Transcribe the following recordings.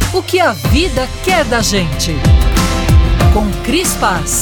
O que a vida quer da gente. Com Cris Paz.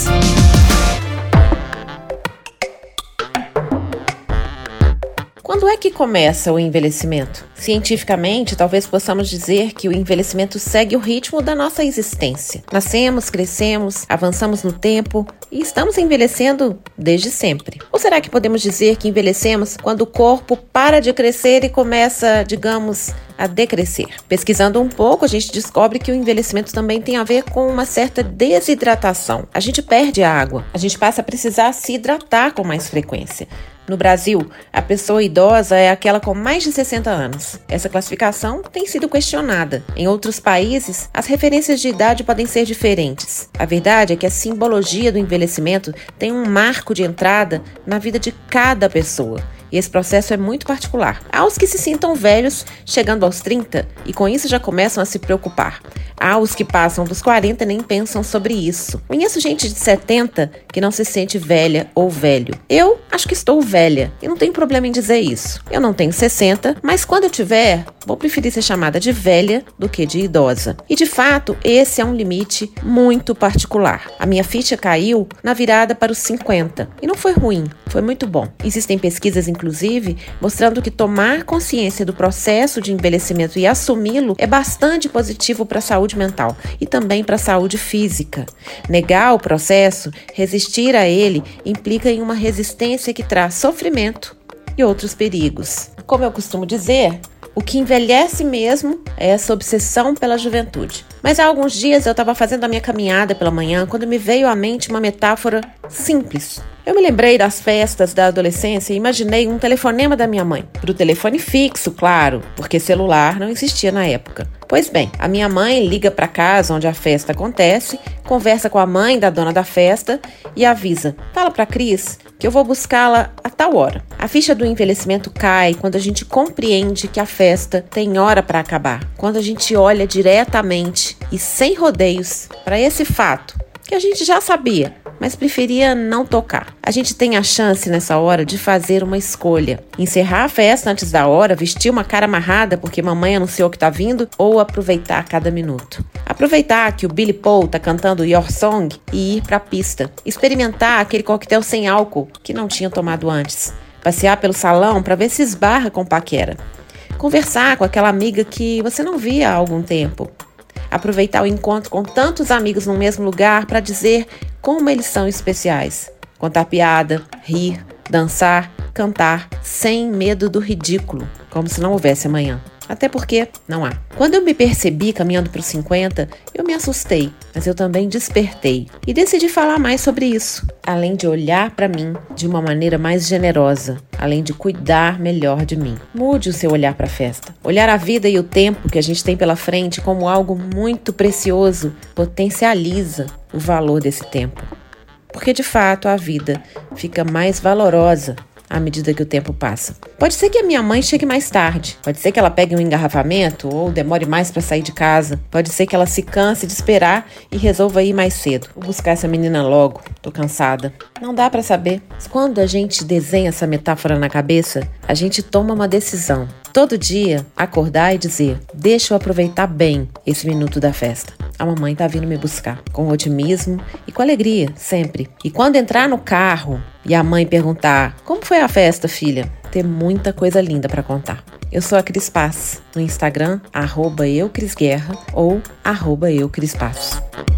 Quando é que começa o envelhecimento? Cientificamente, talvez possamos dizer que o envelhecimento segue o ritmo da nossa existência. Nascemos, crescemos, avançamos no tempo e estamos envelhecendo desde sempre. Ou será que podemos dizer que envelhecemos quando o corpo para de crescer e começa, digamos, a decrescer? Pesquisando um pouco, a gente descobre que o envelhecimento também tem a ver com uma certa desidratação. A gente perde a água, a gente passa a precisar se hidratar com mais frequência. No Brasil, a pessoa idosa é aquela com mais de 60 anos. Essa classificação tem sido questionada. Em outros países, as referências de idade podem ser diferentes. A verdade é que a simbologia do envelhecimento tem um marco de entrada na vida de cada pessoa. E esse processo é muito particular. Há os que se sintam velhos chegando aos 30 e com isso já começam a se preocupar. Há os que passam dos 40 e nem pensam sobre isso. Conheço gente de 70 que não se sente velha ou velho. Eu acho que estou velha e não tenho problema em dizer isso. Eu não tenho 60, mas quando eu tiver, vou preferir ser chamada de velha do que de idosa. E de fato, esse é um limite muito particular. A minha ficha caiu na virada para os 50 e não foi ruim, foi muito bom. Existem pesquisas, inclusive, mostrando que tomar consciência do processo de envelhecimento e assumi-lo é bastante positivo para a saúde mental e também para a saúde física. Negar o processo, resistir a ele, implica em uma resistência que traz sofrimento e outros perigos. Como eu costumo dizer, o que envelhece mesmo é essa obsessão pela juventude. Mas há alguns dias eu estava fazendo a minha caminhada pela manhã quando me veio à mente uma metáfora simples. Eu me lembrei das festas da adolescência e imaginei um telefonema da minha mãe. Pro telefone fixo, claro, porque celular não existia na época. Pois bem, a minha mãe liga para casa onde a festa acontece, conversa com a mãe da dona da festa e avisa: fala para Cris que eu vou buscá-la a tal hora. A ficha do envelhecimento cai quando a gente compreende que a festa tem hora para acabar. Quando a gente olha diretamente e sem rodeios para esse fato que a gente já sabia, mas preferia não tocar. A gente tem a chance nessa hora de fazer uma escolha. Encerrar a festa antes da hora, vestir uma cara amarrada porque mamãe anunciou que tá vindo, ou aproveitar cada minuto. Aproveitar que o Billy Paul tá cantando Your Song e ir pra pista. Experimentar aquele coquetel sem álcool que não tinha tomado antes. Passear pelo salão para ver se esbarra com paquera. Conversar com aquela amiga que você não via há algum tempo. Aproveitar o encontro com tantos amigos no mesmo lugar para dizer como eles são especiais. Contar piada, rir, dançar, cantar, sem medo do ridículo, como se não houvesse amanhã. Até porque não há. Quando eu me percebi caminhando para os 50, eu me assustei, mas eu também despertei e decidi falar mais sobre isso. Além de olhar para mim de uma maneira mais generosa, além de cuidar melhor de mim. Mude o seu olhar para a festa. Olhar a vida e o tempo que a gente tem pela frente como algo muito precioso potencializa o valor desse tempo. Porque de fato a vida fica mais valorosa à medida que o tempo passa. Pode ser que a minha mãe chegue mais tarde. Pode ser que ela pegue um engarrafamento ou demore mais para sair de casa. Pode ser que ela se canse de esperar e resolva ir mais cedo. Vou buscar essa menina logo. Tô cansada. Não dá para saber. Mas quando a gente desenha essa metáfora na cabeça, a gente toma uma decisão. Todo dia, acordar e dizer: deixa eu aproveitar bem esse minuto da festa. A mamãe tá vindo me buscar, com otimismo e com alegria, sempre. E quando entrar no carro e a mãe perguntar: como foi a festa, filha? Ter muita coisa linda para contar. Eu sou a Cris Paz, no Instagram, @eucrisguerra ou @eucrispaz.